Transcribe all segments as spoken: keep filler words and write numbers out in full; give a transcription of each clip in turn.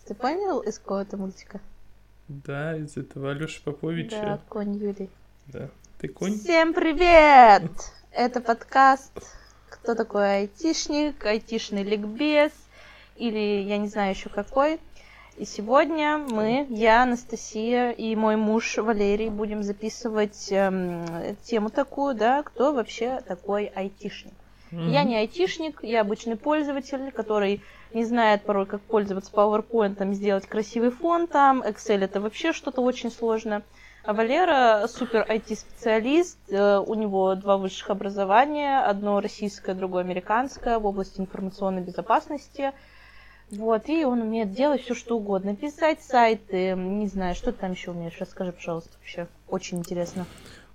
Ты понял, из какого это мультика? Да, из этого Алёши Поповича. Да, конь Юрий. Да, ты конь? Всем привет! Это подкаст «Кто такой айтишник?», айтишный ликбез, или я не знаю еще какой. И сегодня мы, я, Анастасия и мой муж Валерий будем записывать эм, тему такую, да, кто вообще такой айтишник. Mm-hmm. Я не айтишник, я обычный пользователь, который не знает порой, как пользоваться PowerPoint, сделать красивый фон там, Excel это вообще что-то очень сложно. А Валера супер ай ти-специалист, у него два высших образования, одно российское, другое американское в области информационной безопасности. Вот, и он умеет делать все, что угодно. Писать сайты, не знаю, что ты там еще умеешь, расскажи, пожалуйста, вообще. Очень интересно.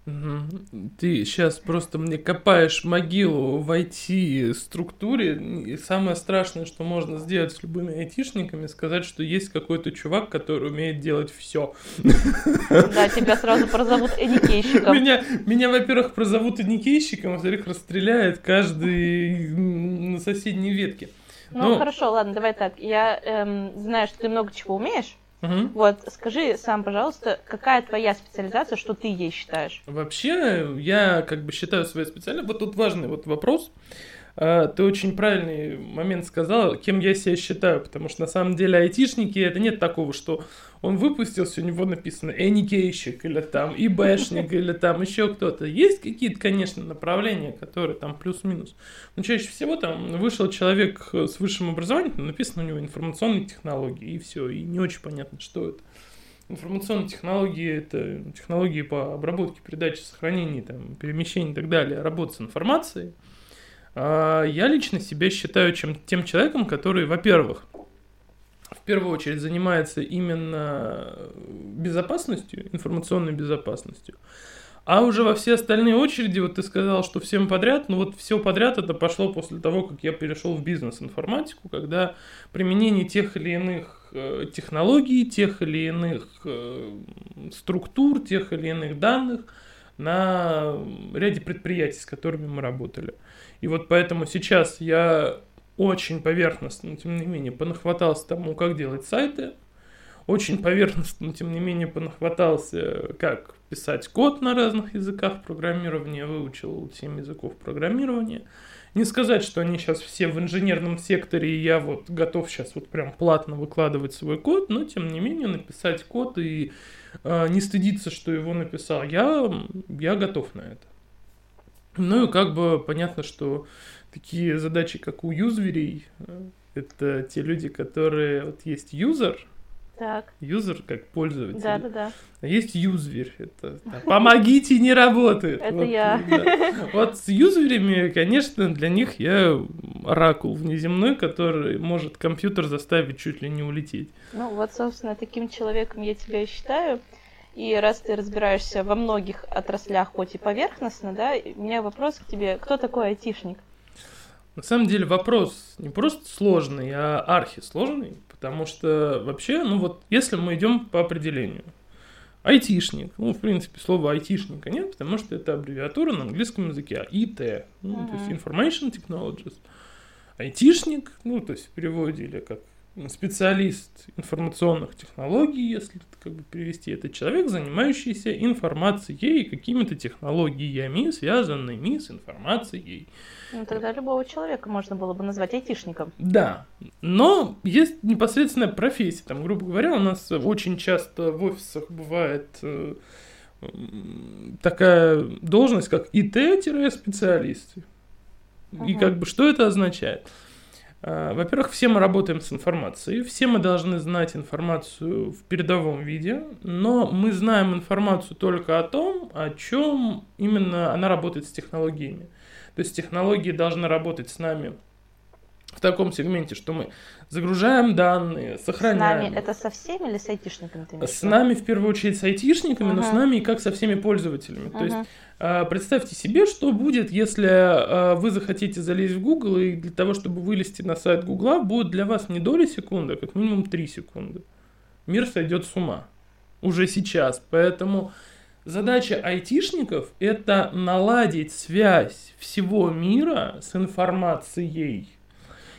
Ты сейчас просто мне копаешь могилу в ай ти-структуре. И самое страшное, что можно сделать с любыми айтишниками, сказать, что есть какой-то чувак, который умеет делать все. Да, тебя сразу прозовут эникейщиком. Меня, меня, во-первых, прозовут эникейщиком, а во-вторых, расстреляет каждый на соседней ветке. Ну, ну, хорошо, ладно, давай так. Я эм, знаю, что ты много чего умеешь. Угу. Вот, скажи сам, пожалуйста, какая твоя специализация, что ты ей считаешь? Вообще, я как бы считаю своей специальностью. Вот тут важный вот вопрос. Ты очень правильный момент сказал, кем я себя считаю, потому что на самом деле айтишники, это нет такого, что он выпустился, у него написано эникейщик, или там ИБшник, или там еще кто-то. Есть какие-то, конечно, направления, которые там плюс-минус. Но чаще всего там вышел человек с высшим образованием, написано у него информационные технологии, и все, и не очень понятно, что это. Информационные технологии – это технологии по обработке, передаче, сохранению, там, перемещению и так далее, работа с информацией. Я лично себя считаю чем, тем человеком, который, во-первых, в первую очередь занимается именно безопасностью, информационной безопасностью, а уже во все остальные очереди, вот ты сказал, что всем подряд, ну вот все подряд это пошло после того, как я перешел в бизнес-информатику, когда применение тех или иных технологий, тех или иных структур, тех или иных данных на ряде предприятий, с которыми мы работали. И вот поэтому сейчас я очень поверхностно, но тем не менее, понахватался тому, как делать сайты. Очень поверхностно, но тем не менее, понахватался, как писать код на разных языках программирования. Выучил семь языков программирования. Не сказать, что они сейчас все в инженерном секторе, и я вот готов сейчас вот прям платно выкладывать свой код, но тем не менее, написать код и э, не стыдиться, что его написал, я, я готов на это. Ну и как бы понятно, что такие задачи, как у юзверей, это те люди, которые... Вот есть юзер, так. Юзер как пользователь. Да, да, да. А есть юзверь. Это да, помогите, не работает. Это вот, я. Да. Вот с юзверями, конечно, для них я оракул внеземной, который может компьютер заставить чуть ли не улететь. Ну вот, собственно, таким человеком я тебя и считаю. И раз ты разбираешься во многих отраслях, хоть и поверхностно, да, у меня вопрос к тебе. Кто такой айтишник? На самом деле вопрос не просто сложный, а архисложный, потому что вообще, ну вот, если мы идем по определению, айтишник, ну, в принципе, слова айтишника нет, потому что это аббревиатура на английском языке, ай ти, ну, uh-huh. то есть Information Technologies. Айтишник, ну, то есть в переводе или как специалист информационных технологий, если как бы перевести, это человек, занимающийся информацией и какими-то технологиями, связанными с информацией. Ну, тогда любого человека можно было бы назвать айтишником. Да, но есть непосредственная профессия. Там, грубо говоря, у нас очень часто в офисах бывает э, такая должность, как ай ти-специалист. Угу. И как бы что это означает? Во-первых, все мы работаем с информацией, все мы должны знать информацию в передовом виде, но мы знаем информацию только о том, о чем именно она работает с технологиями. То есть технологии должны работать с нами в таком сегменте, что мы загружаем данные, сохраняем. С нами это со всеми или с айтишниками? Ты с нами в первую очередь с айтишниками, uh-huh. но с нами и как со всеми пользователями. Uh-huh. То есть э, представьте себе, что будет, если э, вы захотите залезть в Google, и для того, чтобы вылезти на сайт Гугла, будет для вас не доли секунды, а как минимум три секунды. Мир сойдет с ума. Уже сейчас. Поэтому задача айтишников – это наладить связь всего мира с информацией.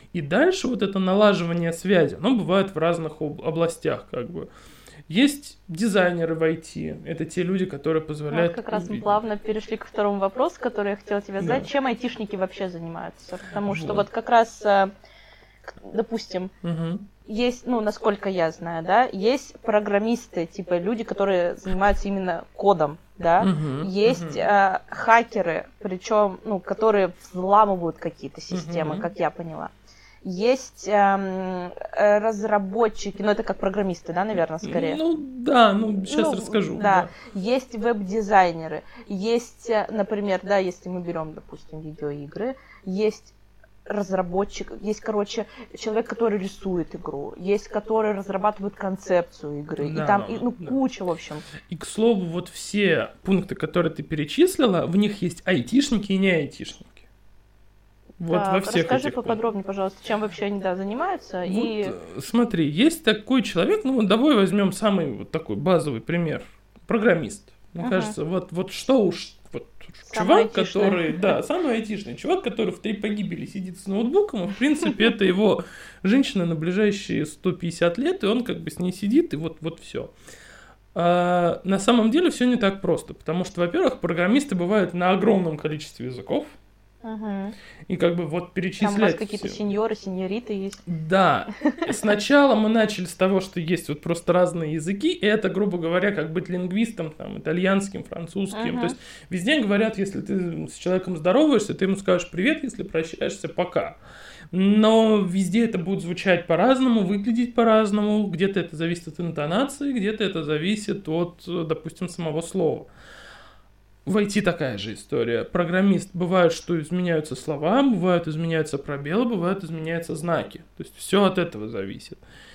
И дальше вот это налаживание связи, оно бывает в разных об- областях, как бы. Есть дизайнеры в ай ти, это те люди, которые позволяют... Вот как раз мы плавно перешли к второму вопросу, который я хотела тебе задать. Да. Чем айтишники вообще занимаются? Потому что Вот. вот как раз, допустим, Угу. есть, ну, насколько я знаю, да, есть программисты, типа люди, которые занимаются именно кодом, да, Мгм, есть мгм. э, хакеры, причем, ну, которые взламывают какие-то системы, Мгм. как я поняла. Есть эм, э, разработчики, ну, это как программисты, да, наверное, скорее. Ну да, ну сейчас Ну, расскажу. Да. Есть веб-дизайнеры, есть, э, например, да, если мы берем, допустим, видеоигры, есть разработчик, есть, короче, человек, который рисует игру, есть, который разрабатывает концепцию игры, Да, и там, и, ну, да. куча, в общем. И, к слову, вот все пункты, которые ты перечислила, в них есть айтишники и не айтишники. Вот Так, во всех расскажи этих поподробнее, пожалуйста, чем вообще они, да, занимаются, Вот, и... э, смотри, есть такой человек, ну, давай возьмем самый вот такой базовый пример. Программист. Мне Ага. кажется, вот, вот что уж... Вот, Самый чувак, айтишный. который... Да, самый айтишный. Чувак, который в три погибели сидит с ноутбуком, и, в принципе, это его женщина на ближайшие сто пятьдесят лет, и он как бы с ней сидит, и вот, вот все. А, на самом деле все не так просто, потому что, во-первых, программисты бывают на огромном количестве языков, Мгм. и как бы вот перечислять... Там у вас какие-то всё. сеньоры, сеньориты есть. Да, сначала мы начали с того, что есть вот просто разные языки, и это, грубо говоря, как быть лингвистом, там, итальянским, французским. Ага. То есть везде говорят, если ты с человеком здороваешься, ты ему скажешь привет, если прощаешься, пока. Но везде это будет звучать по-разному, выглядеть по-разному, где-то это зависит от интонации, где-то это зависит от, допустим, самого слова. В ай ти такая же история. Программист, бывает, что изменяются слова, бывают изменяются пробелы, бывают изменяются знаки. То есть все от этого зависит.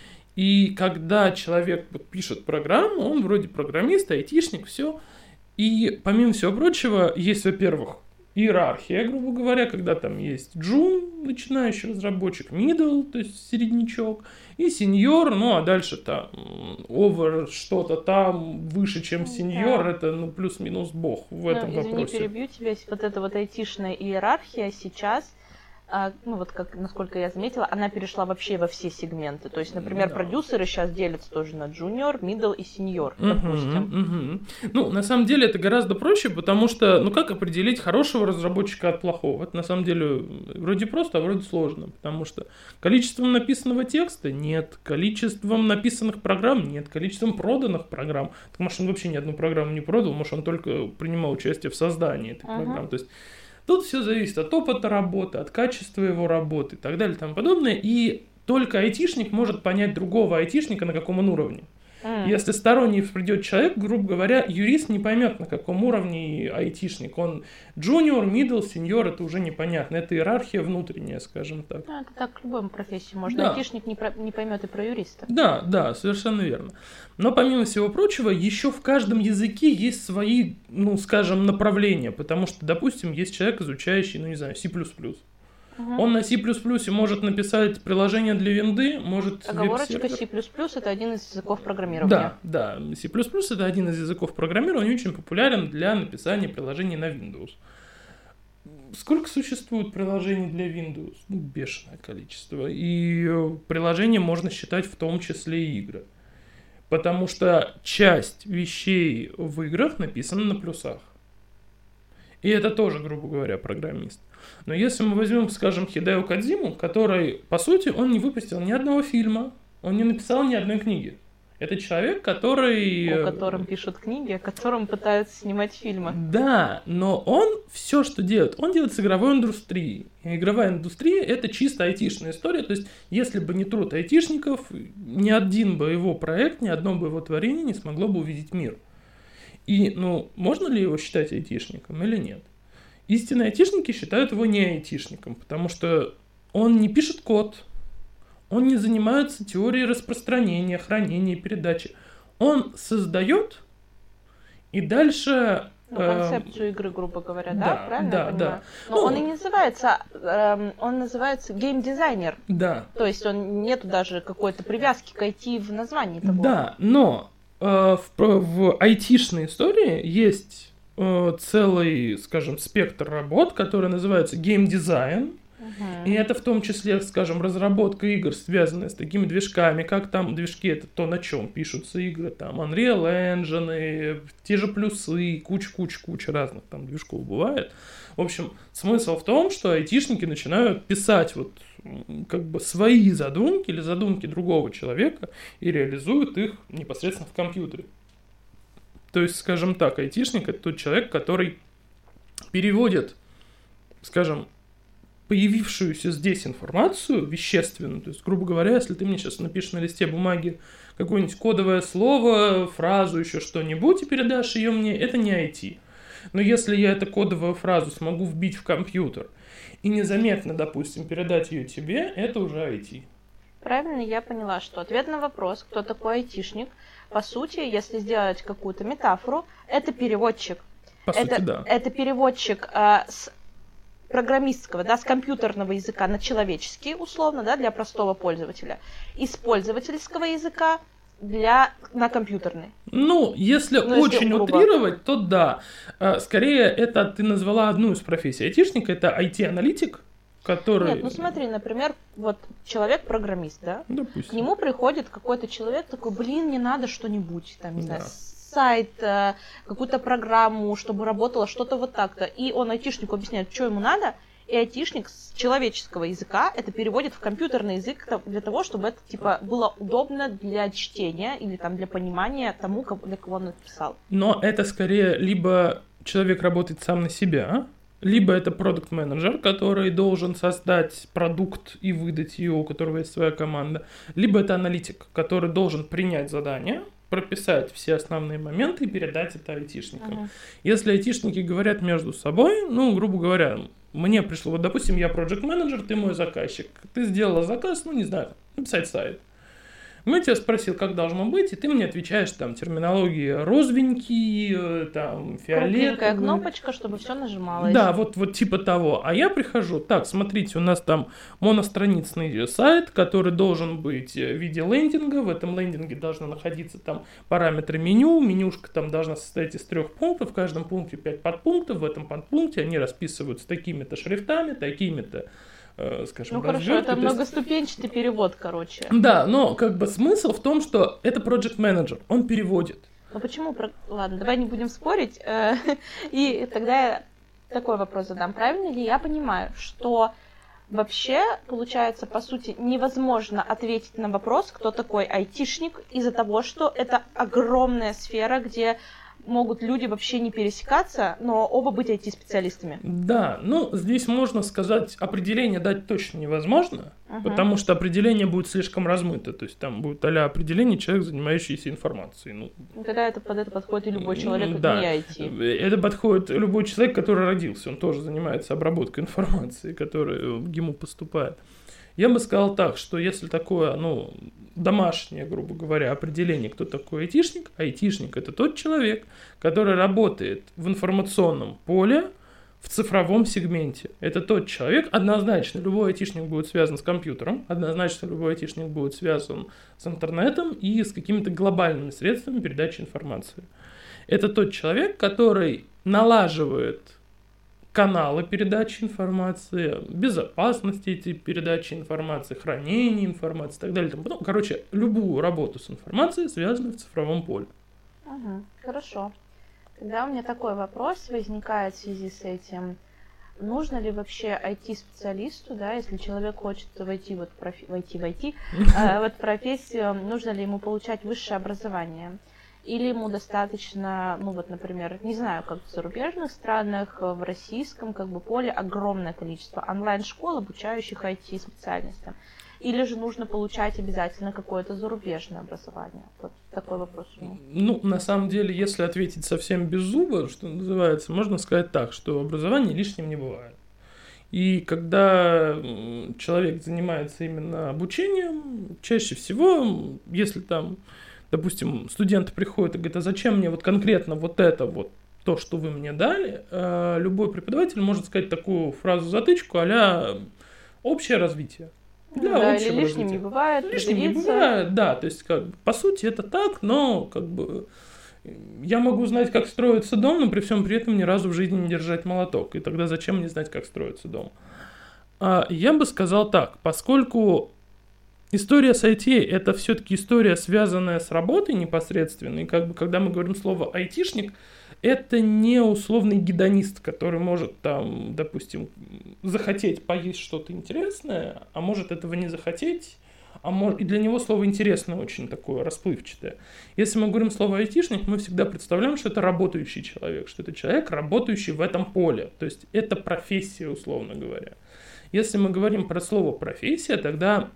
И когда человек вот пишет программу, он вроде программист, айтишник, все. И помимо всего прочего, есть, во-первых, иерархия, грубо говоря, когда там есть джун, начинающий разработчик, middle, то есть середнячок, и сеньор, ну а дальше там over что-то там выше, чем сеньор, Да. это ну плюс-минус бог в Ну, этом извини, вопросе. перебью тебя. Вот эта вот айтишная иерархия сейчас, а, ну вот как, насколько я заметила, она перешла вообще во все сегменты. То есть, например, Да. продюсеры сейчас делятся тоже на джуниор, middle и сеньор, Мгм, допустим. мгм. Ну, на самом деле это гораздо проще, потому что, ну как определить хорошего разработчика от плохого? Это на самом деле вроде просто, а вроде сложно, потому что количеством написанного текста нет, количеством написанных программ нет, количеством проданных программ. Так, может, он вообще ни одну программу не продал, может, он только принимал участие в создании этой Ага. программы. То есть тут все зависит от опыта работы, от качества его работы и так далее и тому подобное. И только айтишник может понять другого айтишника, на каком он уровне. М. Если сторонний придет человек, грубо говоря, юрист не поймет, на каком уровне айтишник. Он джуниор, мидл, сеньор, это уже непонятно. Это иерархия внутренняя, скажем так. Ну, это так к любой профессии можно. Да. Айтишник не, про- не поймет и про юриста. Да, да, совершенно верно. Но помимо всего прочего, еще в каждом языке есть свои, ну, скажем, направления. Потому что, допустим, есть человек, изучающий, ну, не знаю, C++. Мгм. Он на C++ может написать приложение для винды, может Оговорочка веб-сервер. C++ это один из языков программирования. Да, да. C++ это один из языков программирования, очень популярен для написания приложений на Windows. Сколько существует приложений для Windows? Ну, бешеное количество. И э, приложения можно считать в том числе и игры. Потому что часть вещей в играх написана на плюсах. И это тоже, грубо говоря, программист. Но если мы возьмем, скажем, Хидео Кодзиму, который, по сути, он не выпустил ни одного фильма, он не написал ни одной книги. Это человек, который... О котором пишут книги, о котором пытаются снимать фильмы. Да, но он все, что делает, он делает с игровой индустрией. И игровая индустрия — это чисто айтишная история. То есть, если бы не труд айтишников, ни один бы его проект, ни одно бы его творение не смогло бы увидеть мир. И, ну, можно ли его считать айтишником или нет? Истинные айтишники считают его не айтишником, потому что он не пишет код, он не занимается теорией распространения, хранения, передачи. Он создает и дальше... Ну, э, концепцию игры, грубо говоря, да? да, Правильно да, я понимаю? да. Но Ну, он и не называется, эм, он называется геймдизайнер. Да, То есть он нету даже какой-то привязки к ай ти в названии того. да, но э, в, в айтишной истории есть э, целый, скажем, спектр работ, который называется геймдизайн. Мгм. И это в том числе, скажем, разработка игр, связанная с такими движками, как там движки, это то, на чем пишутся игры, там Unreal Engine, те же плюсы, куча-куча-куча разных там движков бывает. В общем, смысл в том, что айтишники начинают писать вот как бы свои задумки или задумки другого человека и реализуют их непосредственно в компьютере. То есть, скажем так, айтишник — это тот человек, который переводит, скажем, появившуюся здесь информацию вещественную, то есть, грубо говоря, если ты мне сейчас напишешь на листе бумаги какое-нибудь кодовое слово, фразу, еще что-нибудь и передашь ее мне, это не ай ти. Но если я эту кодовую фразу смогу вбить в компьютер и незаметно, допустим, передать ее тебе, это уже ай ти. Правильно я поняла, что ответ на вопрос, кто такой айтишник, по сути, если сделать какую-то метафору, это переводчик. По это, сути, да. Это переводчик э, с программистского, да, с компьютерного языка на человеческий, условно, да, для простого пользователя, и с пользовательского языка для, на компьютерный. Ну, если ну, очень если утрировать, то да. Скорее, это ты назвала одну из профессий айтишника, это ай ти-аналитик, который... Нет, ну смотри, например, вот человек-программист, да? Допустим. К нему приходит какой-то человек такой, блин, мне надо что-нибудь, там, не да. знаю, сайт, какую-то программу, чтобы работало что-то вот так-то. И он айтишнику объясняет, что ему надо, и айтишник с человеческого языка это переводит в компьютерный язык для того, чтобы это типа было удобно для чтения или там для понимания тому, для кого он написал. Но это скорее либо человек работает сам на себя, либо это продакт-менеджер, который должен создать продукт и выдать его, у которого есть своя команда, либо это аналитик, который должен принять задание, прописать все основные моменты и передать это айтишникам. Uh-huh. Если айтишники говорят между собой, ну, грубо говоря, мне пришло, вот, допустим, я проект-менеджер, ты мой заказчик, ты сделала заказ, ну, не знаю, написать сайт. Мы тебя спросил, как должно быть, и ты мне отвечаешь, там, терминологии розовенький, там, фиолетовый. Кругленькая кнопочка, чтобы все нажималось. Да, вот, вот типа того. А я прихожу, так, смотрите, у нас там моностраницный сайт, который должен быть в виде лендинга, в этом лендинге должны находиться там параметры меню, менюшка там должна состоять из трех пунктов, в каждом пункте пять подпунктов, в этом подпункте они расписываются такими-то шрифтами, такими-то, скажем, ну хорошо, это есть... многоступенчатый перевод, короче. Да, но как бы смысл в том, что это project manager, он переводит. Ну почему? Ладно, давай не будем спорить. И тогда я такой вопрос задам. Правильно ли я понимаю, что вообще, получается, по сути, невозможно ответить на вопрос, кто такой айтишник, из-за того, что это огромная сфера, где могут люди вообще не пересекаться, но оба быть ай ти-специалистами. Да, ну, здесь можно сказать, определение дать точно невозможно, uh-huh. потому что определение будет слишком размыто, то есть там будет а-ля определение человек, занимающийся информацией. Ну, ну тогда это, под это подходит и любой человек, да, это не ай ти. Это подходит любой человек, который родился, он тоже занимается обработкой информации, которая ему поступает. Я бы сказал так, что если такое, ну, домашнее, грубо говоря, определение, кто такой айтишник, айтишник — это тот человек, который работает в информационном поле, в цифровом сегменте. Это тот человек, однозначно, любой айтишник будет связан с компьютером, однозначно любой айтишник будет связан с интернетом и с какими-то глобальными средствами передачи информации. Это тот человек, который налаживает каналы передачи информации, безопасности этой передачи информации, хранения информации и так далее. Ну, короче, любую работу с информацией, связанную в цифровом поле. Угу, хорошо. Тогда у меня такой вопрос возникает в связи с этим. Нужно ли вообще ай ти-специалисту, да, если человек хочет войти, вот, профи- войти в ай ти, э, вот профессию, нужно ли ему получать высшее образование? Или ему достаточно, ну вот, например, не знаю, как в зарубежных странах, в российском как бы поле огромное количество онлайн-школ, обучающих ай ти-специальностям. Или же нужно получать обязательно какое-то зарубежное образование? Вот такой вопрос у меня. Ну, на самом деле, если ответить совсем без зуба, что называется, можно сказать так, что образование лишним не бывает. И когда человек занимается именно обучением, чаще всего, если там, допустим, студенты приходят и говорят, а зачем мне вот конкретно вот это вот, то, что вы мне дали, любой преподаватель может сказать такую фразу-затычку а-ля общее развитие. Для да, или лишним развития. Не бывает. Лишним не бывает, да, то есть, как бы, по сути, это так, но, как бы, я могу знать, как строится дом, но при всем при этом ни разу в жизни не держать молоток, и тогда зачем мне знать, как строится дом? А я бы сказал так, поскольку история с ай ти это все-таки история, связанная с работой непосредственно, и как бы когда мы говорим слово айтишник, это не условный гедонист, который может там, допустим, захотеть поесть что-то интересное, а может этого не захотеть, а может, и для него слово интересное очень такое расплывчатое. Если мы говорим слово айтишник, мы всегда представляем, что это работающий человек, что это человек, работающий в этом поле, то есть это профессия, условно говоря. Если мы говорим про слово профессия, тогда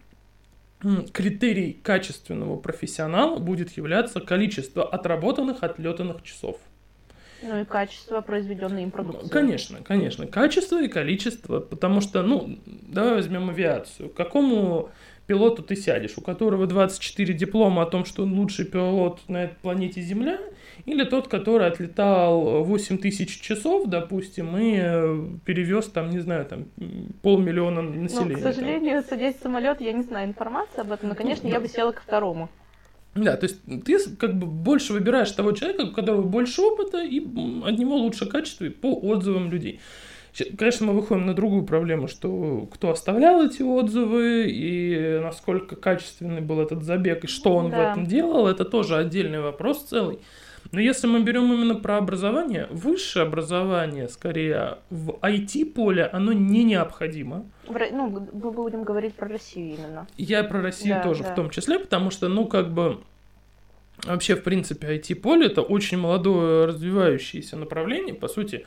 критерий качественного профессионала будет являться количество отработанных, отлетанных часов. Ну и качество произведенной им продукции. Конечно, конечно. Качество и количество, потому что, ну, давай возьмем авиацию. К какому пилоту ты сядешь, у которого двадцать четыре диплома о том, что он лучший пилот на этой планете Земля, или тот, который отлетал восемь тысяч часов, допустим, и перевез там, не знаю, там полмиллиона населения. Ну, к сожалению, там. Садясь в самолет, я не знаю информации об этом, но, конечно, ну, я бы села ко второму. Да, то есть ты как бы больше выбираешь того человека, у которого больше опыта и от него лучше качество и по отзывам людей. Конечно, мы выходим на другую проблему, что кто оставлял эти отзывы и насколько качественный был этот забег и что он да. в этом делал, это тоже отдельный вопрос целый. Но если мы берем именно про образование, высшее образование, скорее, в ай ти-поле, оно не необходимо. В, ну, мы будем говорить про Россию именно. Я про Россию да, тоже да. в том числе, потому что, ну, как бы, вообще, в принципе, ай ти-поле это очень молодое развивающееся направление, по сути.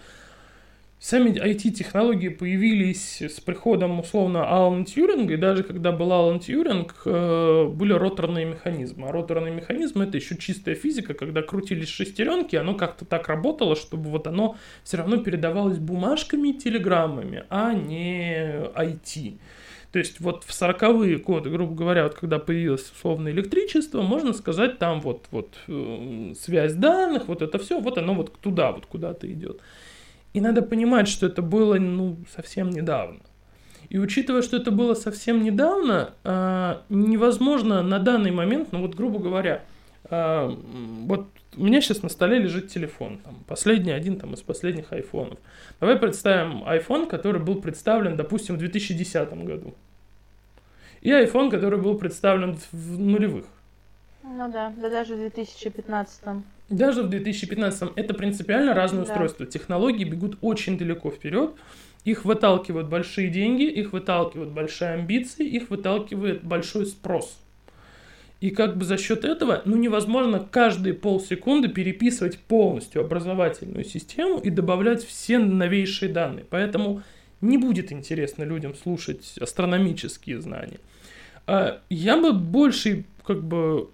Сами ай ти-технологии появились с приходом, условно, Алана Тьюринга, и даже когда был Алан Тьюринг, были роторные механизмы. А роторные механизмы — это еще чистая физика, когда крутились шестеренки, оно как-то так работало, чтобы вот оно все равно передавалось бумажками и телеграммами, а не ай ти. То есть вот в сороковые годы, грубо говоря, вот когда появилось условно электричество, можно сказать, там вот, вот э, связь данных, вот это все, вот оно вот туда вот куда-то идет. И надо понимать, что это было, ну, совсем недавно. И учитывая, что это было совсем недавно, э, невозможно на данный момент, ну вот, грубо говоря, э, вот у меня сейчас на столе лежит телефон, там, последний один там, из последних айфонов. Давай представим iPhone, который был представлен, допустим, в две тысячи десятом году. И iPhone, который был представлен в нулевых. Ну да, да даже в две тысячи пятнадцатом. Даже в две тысячи пятнадцатом это принципиально разные да. устройства. Технологии бегут очень далеко вперед. Их выталкивают большие деньги, их выталкивают большие амбиции, их выталкивает большой спрос. И как бы за счет этого, ну, невозможно каждые полсекунды переписывать полностью образовательную систему и добавлять все новейшие данные. Поэтому не будет интересно людям слушать астрономические знания. Я бы больше, как бы,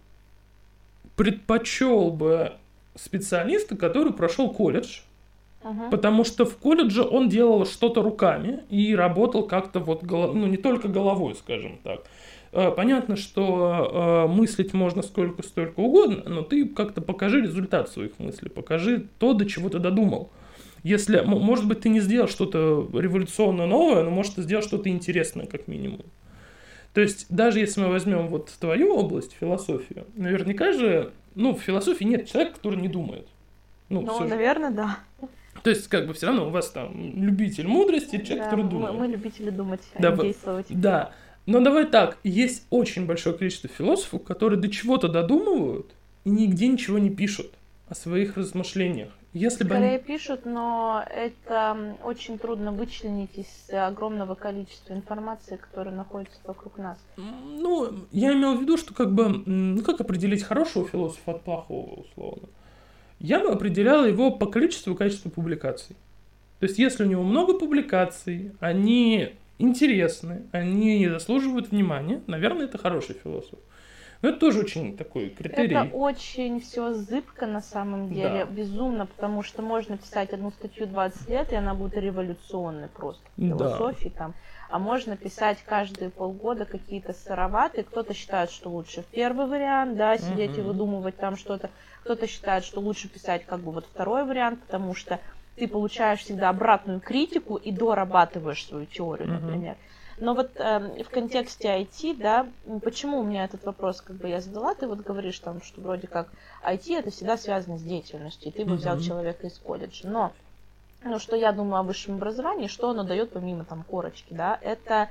предпочел бы специалиста, который прошел колледж, uh-huh. потому что в колледже он делал что-то руками и работал как-то вот, ну, не только головой, скажем так. Понятно, что э, мыслить можно сколько столько угодно, но ты как-то покажи результат своих мыслей, покажи то, до чего ты додумал. Если, может быть, ты не сделал что-то революционно новое, но может ты сделал что-то интересное, как минимум. То есть, даже если мы возьмем вот твою область, философию, наверняка же, ну, в философии нет человека, который не думает. Ну, ну наверное, да. То есть, как бы, все равно у вас там любитель мудрости, человек, да, который думает. Мы, мы любители думать, да, а не действовать. Да. Но давай так, есть очень большое количество философов, которые до чего-то додумывают и нигде ничего не пишут о своих размышлениях. Если Скорее они... пишут, но это очень трудно вычленить из огромного количества информации, которая находится вокруг нас. Ну, я имел в виду, что как бы, ну как определить хорошего философа от плохого, условно. Я бы определял его по количеству и качеству публикаций. То есть, если у него много публикаций, они интересны, они заслуживают внимания, наверное, это хороший философ. Но это тоже очень такой критерий. Это очень все зыбко на самом деле, да. безумно, потому что можно писать одну статью двадцать лет, и она будет революционной просто в философии да. там. А можно писать каждые полгода какие-то сыроватые. Кто-то считает, что лучше первый вариант, да, сидеть uh-huh. и выдумывать там что-то. Кто-то считает, что лучше писать как бы вот второй вариант, потому что ты получаешь всегда обратную критику и дорабатываешь свою теорию, uh-huh. например. Но вот э, в контексте ай ти, да, почему у меня этот вопрос как бы я задала, ты вот говоришь там, что вроде как ай ти это всегда связано с деятельностью, и ты бы uh-huh. взял человека из колледжа. Но ну, что я думаю о высшем образовании, что оно дает помимо там корочки, да, это,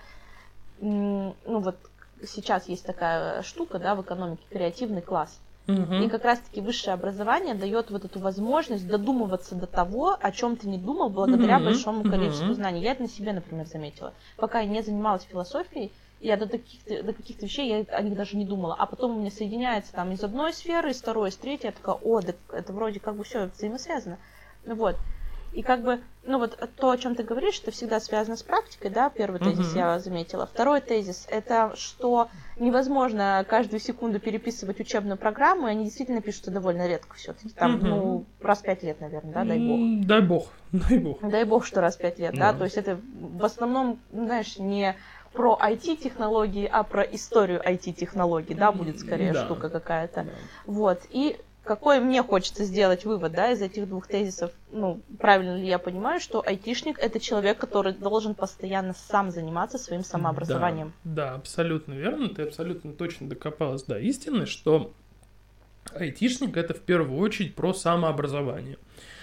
ну, вот сейчас есть такая штука, да, в экономике, креативный класс. Угу. И как раз-таки высшее образование дает вот эту возможность додумываться до того, о чем ты не думал, благодаря угу. большому количеству угу. знаний. Я это на себе, например, заметила. Пока я не занималась философией, я до, таких, до каких-то вещей я о них даже не думала. А потом у меня соединяется там из одной сферы, из второй, из третьей. Я такая, о, да это вроде как бы все взаимосвязано. Вот. И как бы, ну вот то, о чем ты говоришь, это всегда связано с практикой, да, первый тезис uh-huh. я заметила. Второй тезис, это что невозможно каждую секунду переписывать учебную программу, и они действительно пишутся довольно редко все-таки, там, uh-huh. ну, раз в пять лет, наверное, да, дай бог. Дай бог, дай бог. Дай бог, что раз в пять лет, yeah. да, то есть это в основном, знаешь, не про ай ти-технологии, а про историю ай ти-технологий, да, будет скорее да. штука какая-то. Да. Вот, и какой мне хочется сделать вывод, да, из этих двух тезисов, ну, правильно ли я понимаю, что айтишник — это человек, который должен постоянно сам заниматься своим самообразованием. Да, да, абсолютно верно, ты абсолютно точно докопалась до истины, что айтишник — это в первую очередь про самообразование.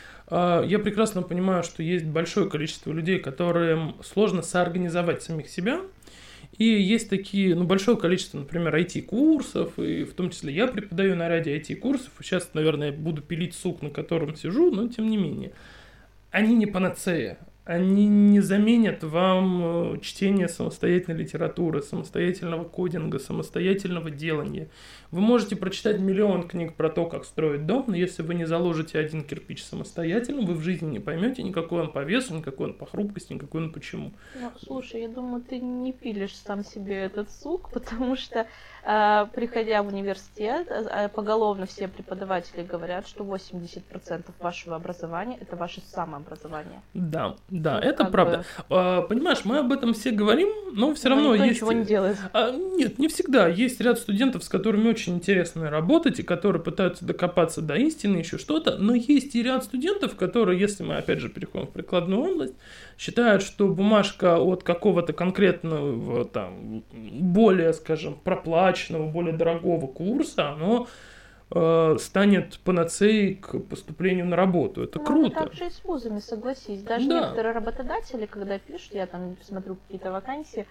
Я прекрасно понимаю, что есть большое количество людей, которым сложно соорганизовать самих себя. И есть такие, ну, большое количество, например, ай ти-курсов, и в том числе я преподаю на ряде ай ти-курсов. Сейчас, наверное, буду пилить сук, на котором сижу, но тем не менее. Они не панацея. Они не заменят вам чтение самостоятельной литературы, самостоятельного кодинга, самостоятельного делания. Вы можете прочитать миллион книг про то, как строить дом, но если вы не заложите один кирпич самостоятельно, вы в жизни не поймете, никакой он по весу, никакой он по хрупкости, никакой он почему. Ну, слушай, я думаю, ты не пилишь сам себе этот сук, потому что, э, приходя в университет, э, поголовно все преподаватели говорят, что восемьдесят процентов вашего образования — это ваше самообразование. Да, да, ну, это правда. Бы... А, понимаешь, мы об этом все говорим, но все но равно никто есть... ничего не делает. А, нет, не всегда. Есть ряд студентов, с которыми очень интересно работать, и которые пытаются докопаться до истины, еще что-то, но есть и ряд студентов, которые, если мы опять же переходим в прикладную область, считают, что бумажка от какого-то конкретного, там, более, скажем, проплаченного, более дорогого курса, оно э, станет панацеей к поступлению на работу. Это ну, круто. Так же и с вузами, согласись. Даже да. некоторые работодатели, когда пишут, я там смотрю какие-то вакансии,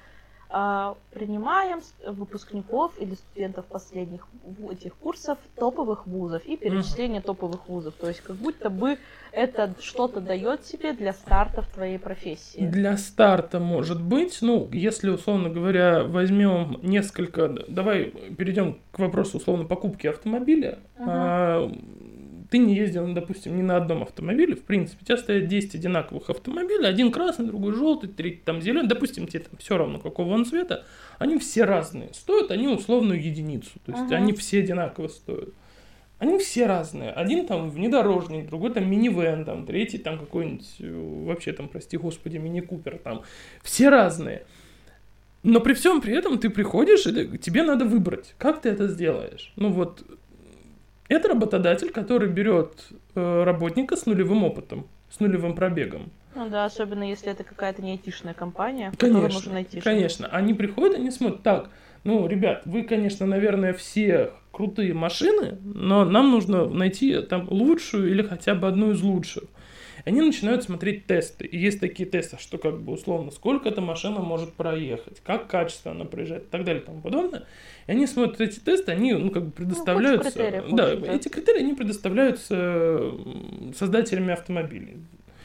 принимаем выпускников или студентов последних этих курсов топовых вузов и перечисление uh-huh. топовых вузов. То есть как будто бы это что-то дает тебе для старта в твоей профессии. Для старта может быть. Ну, если, условно говоря, возьмем несколько... Давай перейдем к вопросу, условно, покупки автомобиля. Uh-huh. А, ты не ездил, допустим, ни на одном автомобиле, в принципе, у тебя стоят десять одинаковых автомобилей, один красный, другой желтый, третий там зеленый, допустим, тебе там все равно какого он цвета, они все разные, стоят они условную единицу, то есть uh-huh. они все одинаково стоят. Они все разные, один там внедорожник, другой там минивэн, там, третий там какой-нибудь, вообще там, прости господи, мини-купер, там, все разные. Но при всем при этом ты приходишь, и тебе надо выбрать, как ты это сделаешь. Ну вот... Это работодатель, который берет э, работника с нулевым опытом, с нулевым пробегом. Ну да, особенно если это какая-то не айтишная компания, в конечно, которой нужен айтишник. Конечно, они приходят, они смотрят, так, ну, ребят, вы, конечно, наверное, все крутые машины, но нам нужно найти там лучшую или хотя бы одну из лучших. Они начинают смотреть тесты. И есть такие тесты, что как бы условно, сколько эта машина может проехать, как качественно она проезжает и так далее и тому подобное. И они смотрят эти тесты, они ну, как бы предоставляются... Ну, критериев, да, эти критерии, они предоставляются создателями автомобилей.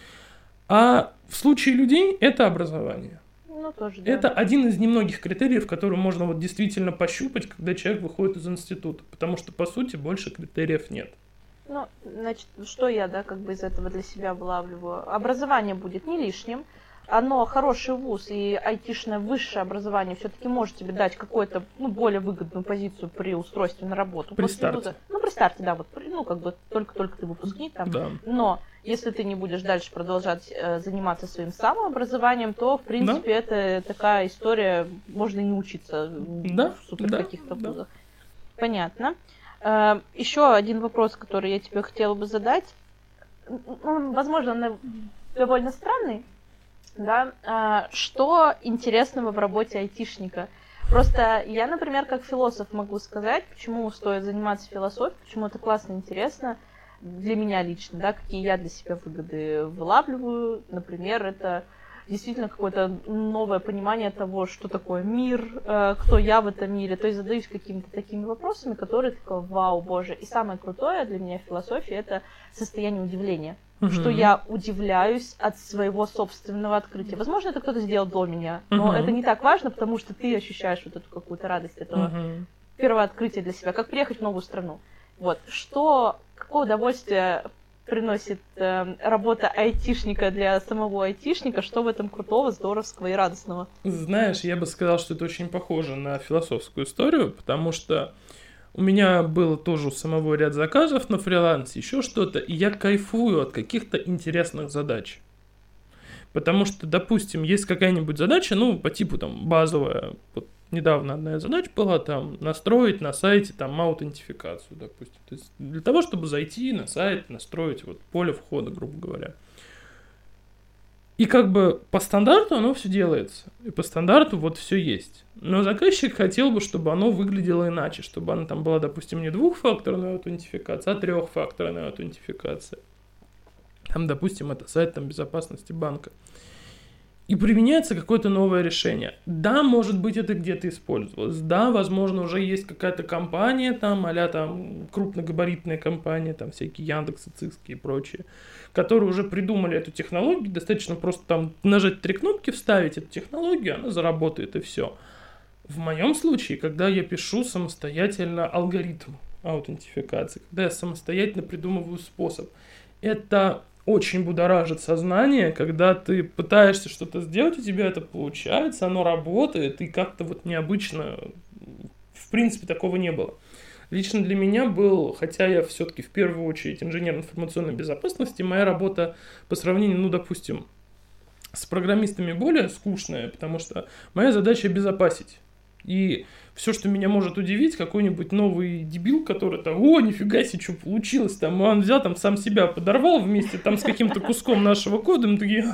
А в случае людей это образование. Ну, тоже, да. Это один из немногих критериев, которые можно вот действительно пощупать, когда человек выходит из института. Потому что, по сути, больше критериев нет. Ну, значит, что я, да, как бы из этого для себя вылавливаю? Образование будет не лишним. Оно хороший вуз, и айтишное высшее образование все-таки может тебе дать какую-то, ну, более выгодную позицию при устройстве на работу. При старте. Вуза. Ну, при старте, да, вот, ну, как бы только-только ты выпускник там. Да. Но если ты не будешь дальше продолжать э, заниматься своим самообразованием, то, в принципе, да. это такая история, можно и не учиться да. в супер да. каких-то да. вузах. Понятно. Uh, еще один вопрос, который я тебе хотела бы задать, ну, возможно, он довольно странный, да, uh, что интересного в работе айтишника? Просто я, например, как философ могу сказать, почему стоит заниматься философией, почему это классно, интересно. для меня лично, да, какие я для себя выгоды вылавливаю. Например, это действительно какое-то новое понимание того, что такое мир, э, кто я в этом мире. То есть задаюсь какими-то такими вопросами, которые такое, вау, боже. И самое крутое для меня в философии — это состояние удивления. Mm-hmm. Что я удивляюсь от своего собственного открытия. Возможно, это кто-то сделал до меня, но mm-hmm. это не так важно, потому что ты ощущаешь вот эту какую-то радость этого mm-hmm. первого открытия для себя, как приехать в новую страну. Вот. Что, какое удовольствие приносит э, работа айтишника для самого айтишника, что в этом крутого, здоровского и радостного? Знаешь, я бы сказал, что это очень похоже на философскую историю, потому что у меня было тоже у самого ряд заказов на фрилансе, еще что-то, и я кайфую от каких-то интересных задач. Потому что, допустим, есть какая-нибудь задача, ну, по типу там базовая, вот недавно одна задача была там настроить на сайте там аутентификацию, допустим. То есть для того, чтобы зайти на сайт, настроить вот поле входа, грубо говоря. И как бы по стандарту оно все делается. И по стандарту вот все есть. Но заказчик хотел бы, чтобы оно выглядело иначе. Чтобы она там была, допустим, не двухфакторная аутентификация, а трехфакторная аутентификация. Там, допустим, это сайт там, безопасности банка. И применяется какое-то новое решение. Да, может быть, это где-то использовалось. Да, возможно, уже есть какая-то компания, там, а-ля там крупногабаритная компания, там всякие Яндексы, Циски и прочие, которые уже придумали эту технологию. Достаточно просто там нажать три кнопки, вставить эту технологию, она заработает, и все. В моем случае, когда я пишу самостоятельно алгоритм аутентификации, когда я самостоятельно придумываю способ, это очень будоражит сознание, когда ты пытаешься что-то сделать, у тебя это получается, оно работает, и как-то вот необычно, в принципе, такого не было. Лично для меня был, хотя я все-таки в первую очередь инженер информационной безопасности, моя работа по сравнению, ну, допустим, с программистами более скучная, потому что моя задача обезопасить. И все, что меня может удивить, какой-нибудь новый дебил, который там, о, нифига себе, что получилось, там, он взял, там, сам себя подорвал вместе там с каким-то куском нашего кода, мы такие,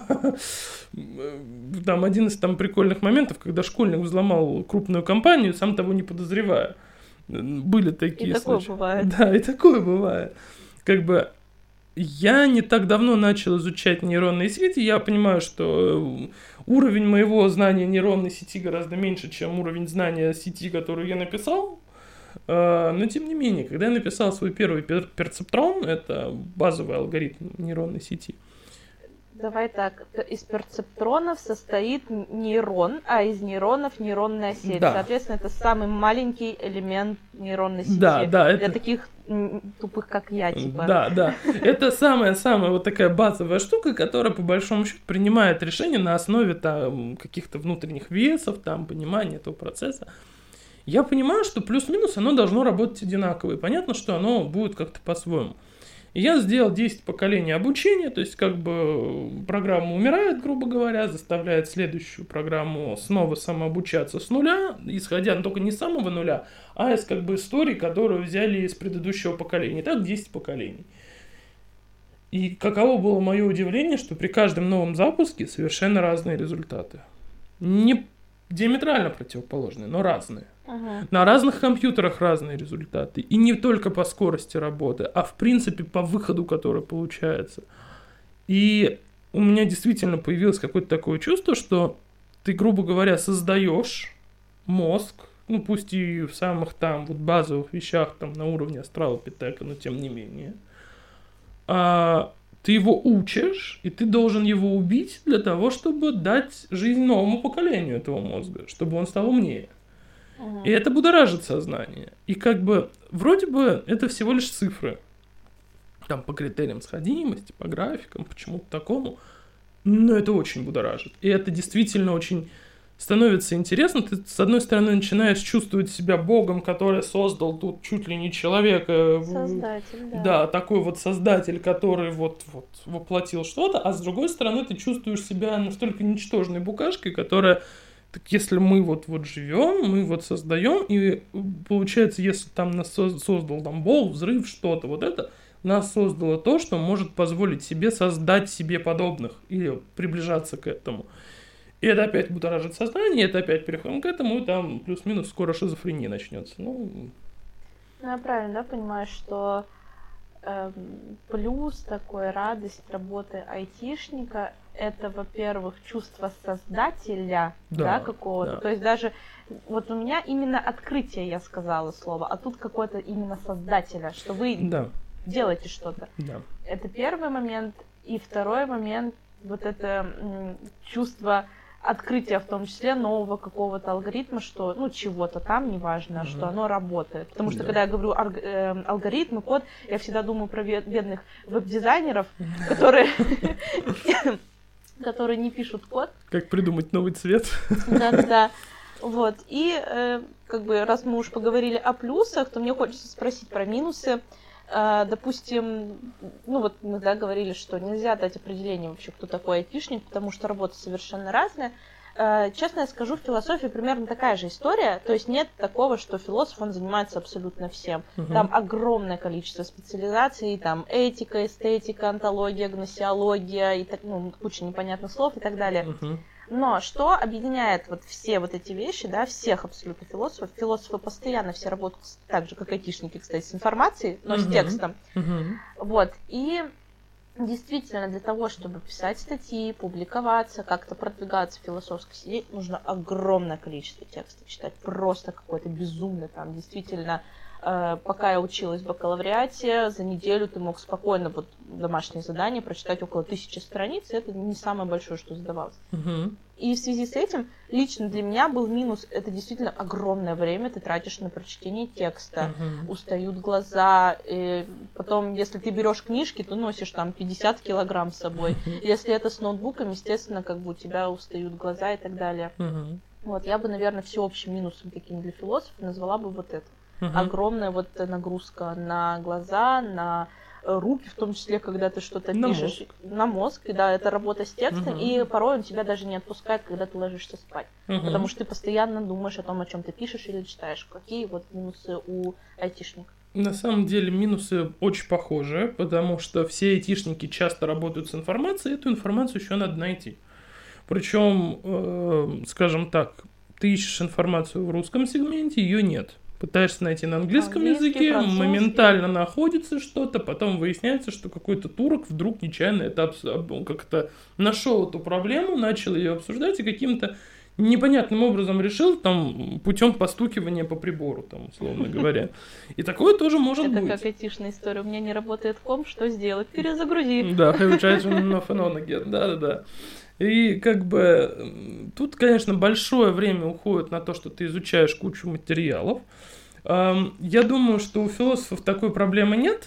там, один из там прикольных моментов, когда школьник взломал крупную компанию, сам того не подозревая. Были такие и случаи. И такое бывает. Да, и такое бывает. Как бы я не так давно начал изучать нейронные сети, я понимаю, что уровень моего знания нейронной сети гораздо меньше, чем уровень знания сети, которую я написал, но тем не менее, когда я написал свой первый пер- перцептрон, это базовый алгоритм нейронной сети. Давай так, из перцептронов состоит нейрон, а из нейронов нейронная сеть. Да. Соответственно, это самый маленький элемент нейронной сети. Да, да, для это... таких тупых, как я, типа. Да, да. Это самая-самая вот такая базовая штука, которая, по большому счету, принимает решения на основе там каких-то внутренних весов, там, понимания этого процесса. Я понимаю, что плюс-минус оно должно работать одинаково. И понятно, что оно будет как-то по-своему. И я сделал десять поколений обучения, то есть как бы программа умирает, грубо говоря, заставляет следующую программу снова самообучаться с нуля, исходя только не с самого нуля, а из как бы истории, которую взяли из предыдущего поколения. Так десять поколений. И каково было мое удивление, что при каждом новом запуске совершенно разные результаты. Не диаметрально противоположные, но разные. Uh-huh. На разных компьютерах разные результаты. И не только по скорости работы, а в принципе по выходу, который получается. И у меня действительно появилось какое-то такое чувство, что ты, грубо говоря, создаешь мозг, ну пусть и в самых там вот базовых вещах, там на уровне астралопитека, но тем не менее. А ты его учишь, и ты должен его убить для того, чтобы дать жизнь новому поколению этого мозга, чтобы он стал умнее. И это будоражит сознание. И как бы, вроде бы, это всего лишь цифры. Там по критериям сходимости, по графикам, почему-то такому. Но это очень будоражит. И это действительно очень становится интересно. Ты, с одной стороны, начинаешь чувствовать себя богом, который создал тут чуть ли не человека. Создатель, да. Да, такой вот создатель, который вот, вот воплотил что-то. А с другой стороны, ты чувствуешь себя настолько ничтожной букашкой, которая... Так если мы вот, вот живем, мы вот создаем, и получается, если там нас создал там Бог, взрыв, что-то, вот это нас создало то, что может позволить себе создать себе подобных или приближаться к этому. И это опять будоражит сознание, это опять переходим к этому, и там плюс-минус скоро шизофрения начнется. Ну, ну я правильно, да, понимаю, что плюс такой радость работы айтишника — это, во-первых, чувство создателя, да, да, какого-то. Да. То есть даже вот у меня именно открытие, я сказала слово, а тут какое-то именно создателя, что вы да. делаете что-то. Да. Это первый момент. И второй момент, вот это м, чувство открытия, в том числе нового какого-то алгоритма, что, ну, чего-то там, неважно, mm-hmm. что оно работает. Потому что, да. когда я говорю алг- э, алгоритмы, код, я всегда думаю про бедных веб-дизайнеров, которые... которые не пишут код. Как придумать новый цвет. Да-да-да. Вот. И, э, как бы, раз мы уж поговорили о плюсах, то мне хочется спросить про минусы. Э, допустим, ну вот мы, да, говорили, что нельзя дать определение вообще, кто такой айтишник, потому что работа совершенно разная. Э, честно я скажу, в философии примерно такая же история. То есть нет такого, что философ, он занимается абсолютно всем. Uh-huh. Там огромное количество специализаций, там этика, эстетика, онтология, гносеология, и так, ну, куча непонятных слов и так далее. Uh-huh. Но что объединяет вот все вот эти вещи, да, всех абсолютно философов? Философы постоянно все работают так же, как айтишники, кстати, с информацией, но uh-huh. с текстом. Uh-huh. Вот. И действительно, для того, чтобы писать статьи, публиковаться, как-то продвигаться в философской среде, нужно огромное количество текстов читать. Просто какое-то безумное там. Действительно, э, пока я училась в бакалавриате, за неделю ты мог спокойно вот домашнее задание прочитать около тысячи страниц, и это не самое большое, что сдавалось. Uh-huh. И в связи с этим лично для меня был минус, это действительно огромное время ты тратишь на прочтение текста, uh-huh. устают глаза, и потом, если ты берешь книжки, то носишь там пятьдесят килограмм с собой, uh-huh. если это с ноутбуком, естественно, как бы у тебя устают глаза и так далее. Uh-huh. Вот, я бы, наверное, всеобщим минусом таким для философов назвала бы вот это. Uh-huh. Огромная вот нагрузка на глаза, на руки, в том числе, когда ты что-то на пишешь, мозг. на мозг, и да, это работа с текстом, uh-huh. и порой он тебя даже не отпускает, когда ты ложишься спать, uh-huh. потому что ты постоянно думаешь о том, о чем ты пишешь или читаешь. Какие вот минусы у айтишника? На самом деле минусы очень похожи, потому что все айтишники часто работают с информацией, эту информацию еще надо найти. Причем, э, скажем так, ты ищешь информацию в русском сегменте, ее нет. Пытаешься найти на английском Английский, языке, французский. Моментально находится что-то, потом выясняется, что какой-то турок вдруг нечаянно это как-то нашел эту проблему, начал ее обсуждать и каким-то непонятным образом решил, там, путем постукивания по прибору, там, условно говоря. И такое тоже может быть. Это как айтишная история. У меня не работает комп, что сделать? Перезагрузи. Да, have tried to phone again. Да-да-да. И как бы тут, конечно, большое время уходит на то, что ты изучаешь кучу материалов. Я думаю, что у философов такой проблемы нет.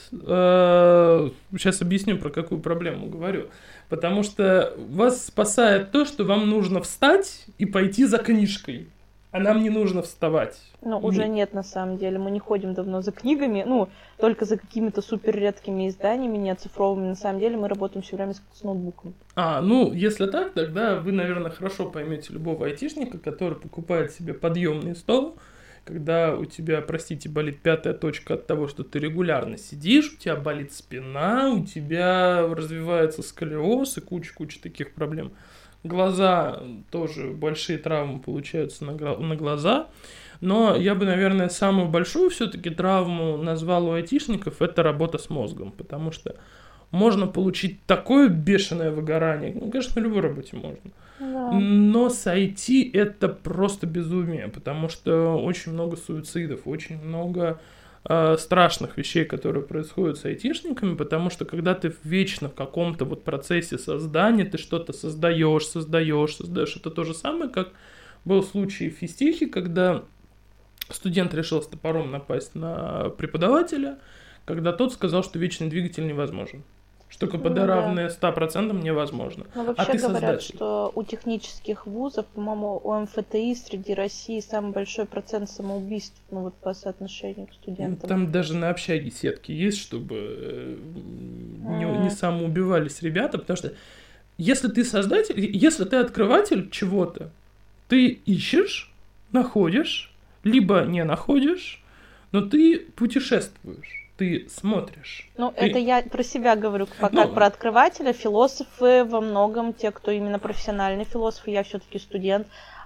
Сейчас объясню, про какую проблему говорю. Потому что вас спасает то, что вам нужно встать и пойти за книжкой. А нам не нужно вставать. Ну, уже нет. нет, на самом деле. Мы не ходим давно за книгами, ну, только за какими-то супер редкими изданиями, не оцифровыми. На самом деле мы работаем все время с, с ноутбуком. А, ну, если так, тогда вы, наверное, хорошо поймете любого айтишника, который покупает себе подъемный стол, когда у тебя, простите, болит пятая точка от того, что ты регулярно сидишь, у тебя болит спина, у тебя развивается сколиоз и куча-куча таких проблем. Глаза тоже, большие травмы получаются на, на глаза. Но я бы, наверное, самую большую все-таки травму назвал у айтишников — это работа с мозгом. Потому что можно получить такое бешеное выгорание. Ну, конечно, на любой работе можно. Да. Но с ай ти это просто безумие. Потому что очень много суицидов, очень много э, страшных вещей, которые происходят с айтишниками. Потому что когда ты вечно в каком-то вот процессе создания, ты что-то создаешь, создаешь, создаешь. Это то же самое, как был случай в физтехе, когда студент решил с топором напасть на преподавателя, когда тот сказал, что вечный двигатель невозможен. Что КПД ну, да. равное ста процентам невозможно. Но вообще а ты говорят, создатель. Что у технических вузов, по-моему, у эм эф тэ и среди России самый большой процент самоубийств, ну вот по соотношению к студентам. Там даже на общаге сетки есть, чтобы не, не самоубивались ребята, потому что если ты создатель, если ты открыватель чего-то, ты ищешь, находишь, либо не находишь, но ты путешествуешь. Ты смотришь. Ну, ты... это я про себя говорю, как ну... про открывателя. Философы во многом, те, кто именно профессиональные философы, я все-таки студент,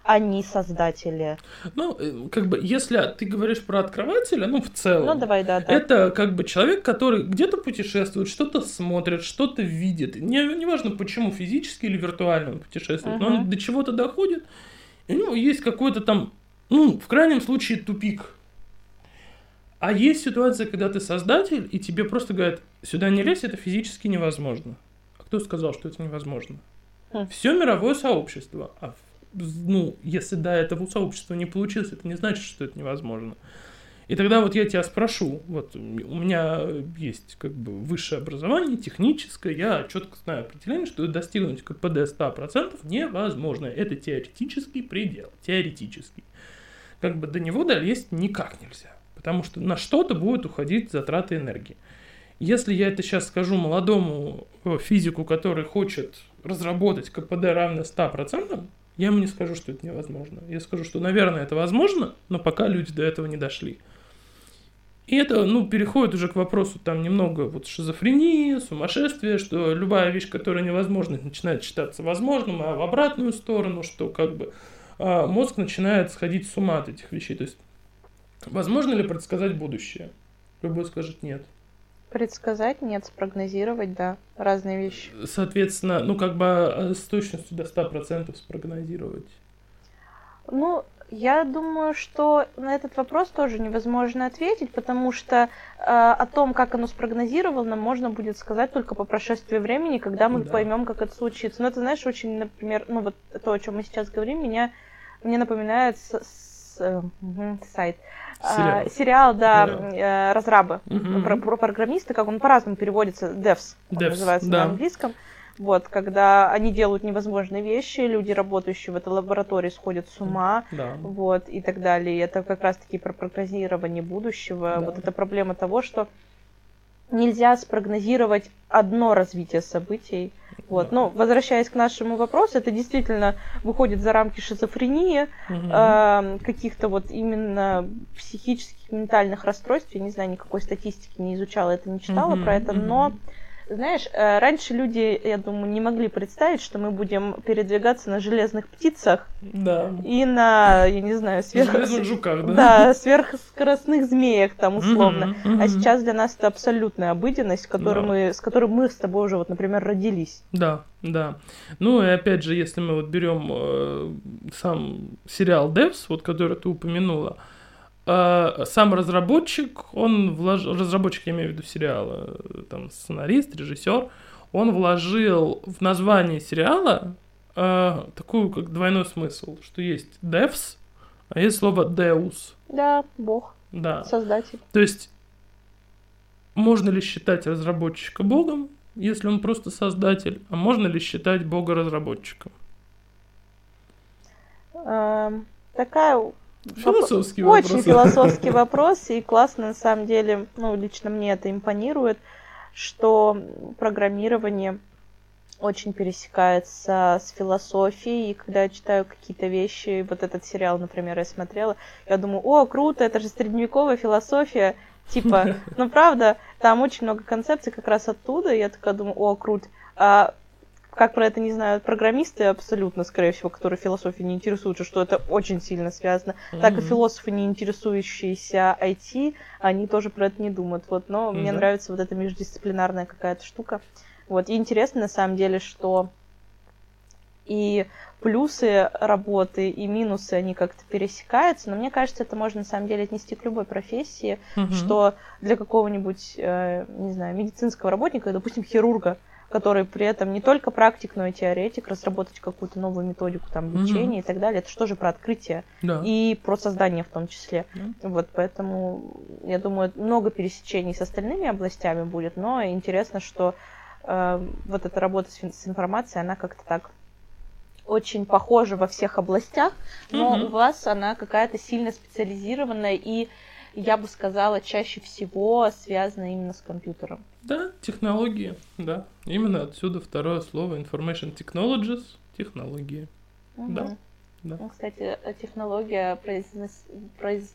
они создатели. Ну, как бы, если ты говоришь про открывателя, ну, в целом, ну, давай, да, да. это как бы человек, который где-то путешествует, что-то смотрит, что-то видит. Не, неважно, почему, физически или виртуально он путешествует, uh-huh. но он до чего-то доходит, и у него есть какой-то там, ну, в крайнем случае, тупик. А есть ситуация, когда ты создатель, и тебе просто говорят, сюда не лезь, это физически невозможно. А кто сказал, что это невозможно? Uh-huh. Все мировое сообщество. А, ну, если до этого сообщества не получилось, это не значит, что это невозможно. И тогда вот я тебя спрошу, вот у меня есть как бы высшее образование, техническое, я четко знаю определение, что достигнуть ка пэ дэ сто процентов невозможно. Это теоретический предел, теоретический. Как бы до него долезть никак нельзя, потому что на что-то будет уходить затраты энергии. Если я это сейчас скажу молодому физику, который хочет разработать ка пэ дэ равное ста процентам, я ему не скажу, что это невозможно. Я скажу, что, наверное, это возможно, но пока люди до этого не дошли. И это, ну, переходит уже к вопросу там немного вот шизофрении, сумасшествия, что любая вещь, которая невозможна, начинает считаться возможным, а в обратную сторону, что как бы а, мозг начинает сходить с ума от этих вещей. То есть, возможно ли предсказать будущее? Любой скажет нет. Предсказать нет, спрогнозировать, да, разные вещи. Соответственно, ну, как бы с точностью до ста процентов спрогнозировать. Ну, я думаю, что на этот вопрос тоже невозможно ответить, потому что э, о том, как оно спрогнозировано, можно будет сказать только по прошествии времени, когда мы да. поймем, как это случится. Но это, знаешь, очень, например, ну вот то, о чем мы сейчас говорим, меня мне напоминает с, с, э, угу, сайт. Сериал, э, сериал да, yeah. э, разрабы, uh-huh. про, про программисты, как он по-разному переводится, devs, devs называется да. на английском. Вот, когда они делают невозможные вещи, люди, работающие в этой лаборатории, сходят с ума, да. вот, и так далее. И это как раз-таки про прогнозирование будущего. Да. Вот эта проблема того, что нельзя спрогнозировать одно развитие событий. Вот. Да. Ну, возвращаясь к нашему вопросу, это действительно выходит за рамки шизофрении, угу. э, каких-то вот именно психических, ментальных расстройств. Я не знаю, никакой статистики не изучала, это не читала угу. про это, но... Знаешь, раньше люди, я думаю, не могли представить, что мы будем передвигаться на железных птицах да. и на, я не знаю, сверх... железных жуках, да? Да, сверхскоростных змеях там условно. Uh-huh, uh-huh. А сейчас для нас это абсолютная обыденность, которой да. мы, с которой мы с тобой уже, вот, например, родились. Да, да. Ну и опять же, если мы вот берем э, сам сериал Devs, вот который ты упомянула, сам разработчик, он влож... разработчик, я имею в виду сериала, там сценарист, режиссер, он вложил в название сериала э, такую как двойной смысл, что есть devs, а есть слово deus. Да, бог, да. создатель. То есть можно ли считать разработчика богом, если он просто создатель, а можно ли считать бога разработчиком? Эм, такая Философский Воп... вопрос. Очень философский вопрос, и классно, на самом деле, ну, лично мне это импонирует, что программирование очень пересекается с философией, и когда я читаю какие-то вещи, вот этот сериал, например, я смотрела, я думаю, о, круто, это же средневековая философия, типа, ну, правда, там очень много концепций как раз оттуда, и я такая думаю, о, круто, а как про это не знают программисты абсолютно, скорее всего, которые философией не интересуются, что это очень сильно связано. Mm-hmm. Так и философы, не интересующиеся ай ти, они тоже про это не думают. Вот. Но mm-hmm. мне нравится вот эта междисциплинарная какая-то штука. Вот. И интересно, на самом деле, что и плюсы работы, и минусы, они как-то пересекаются. Но мне кажется, это можно, на самом деле, отнести к любой профессии, mm-hmm. что для какого-нибудь, э, не знаю, медицинского работника, допустим, хирурга, который при этом не только практик, но и теоретик, разработать какую-то новую методику там, лечения mm-hmm. и так далее. Это что же про открытие да. и про создание в том числе. Mm-hmm. Вот, поэтому, я думаю, много пересечений с остальными областями будет, но интересно, что э, вот эта работа с, с информацией, она как-то так очень похожа во всех областях, но mm-hmm. у вас она какая-то сильно специализированная и, я бы сказала, чаще всего связана именно с компьютером. Да, технологии, да. Именно отсюда второе слово information technologies, технологии. Угу. Да, да. Ну, кстати, технология произнос... произ...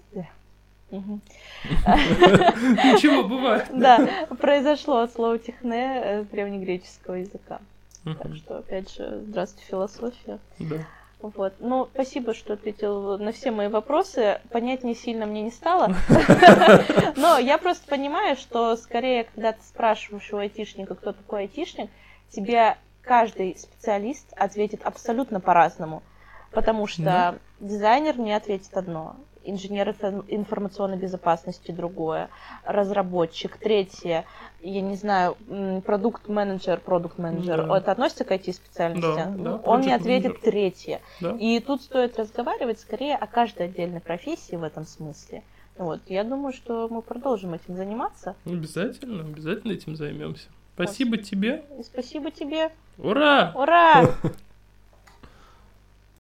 Ничего, бывает. Да, произошло от слова техне древнегреческого языка. Так что, опять же, здравствуйте, философия. Да. Вот. Ну, спасибо, что ответил на все мои вопросы. Понятнее сильно мне не стало. Но я просто понимаю, что скорее, когда ты спрашиваешь у айтишника, кто такой айтишник, тебе каждый специалист ответит абсолютно по-разному. Потому что да. дизайнер мне ответит одно, инженер информационной безопасности другое, разработчик третье, я не знаю, продукт-менеджер, продукт-менеджер, да. это относится к ай ти-специальности? Да, да, он мне ответит менеджер. третье. Да. И тут стоит разговаривать скорее о каждой отдельной профессии в этом смысле. Вот, я думаю, что мы продолжим этим заниматься. Обязательно, обязательно этим займемся. Спасибо вот. тебе. И спасибо тебе. Ура! Ура!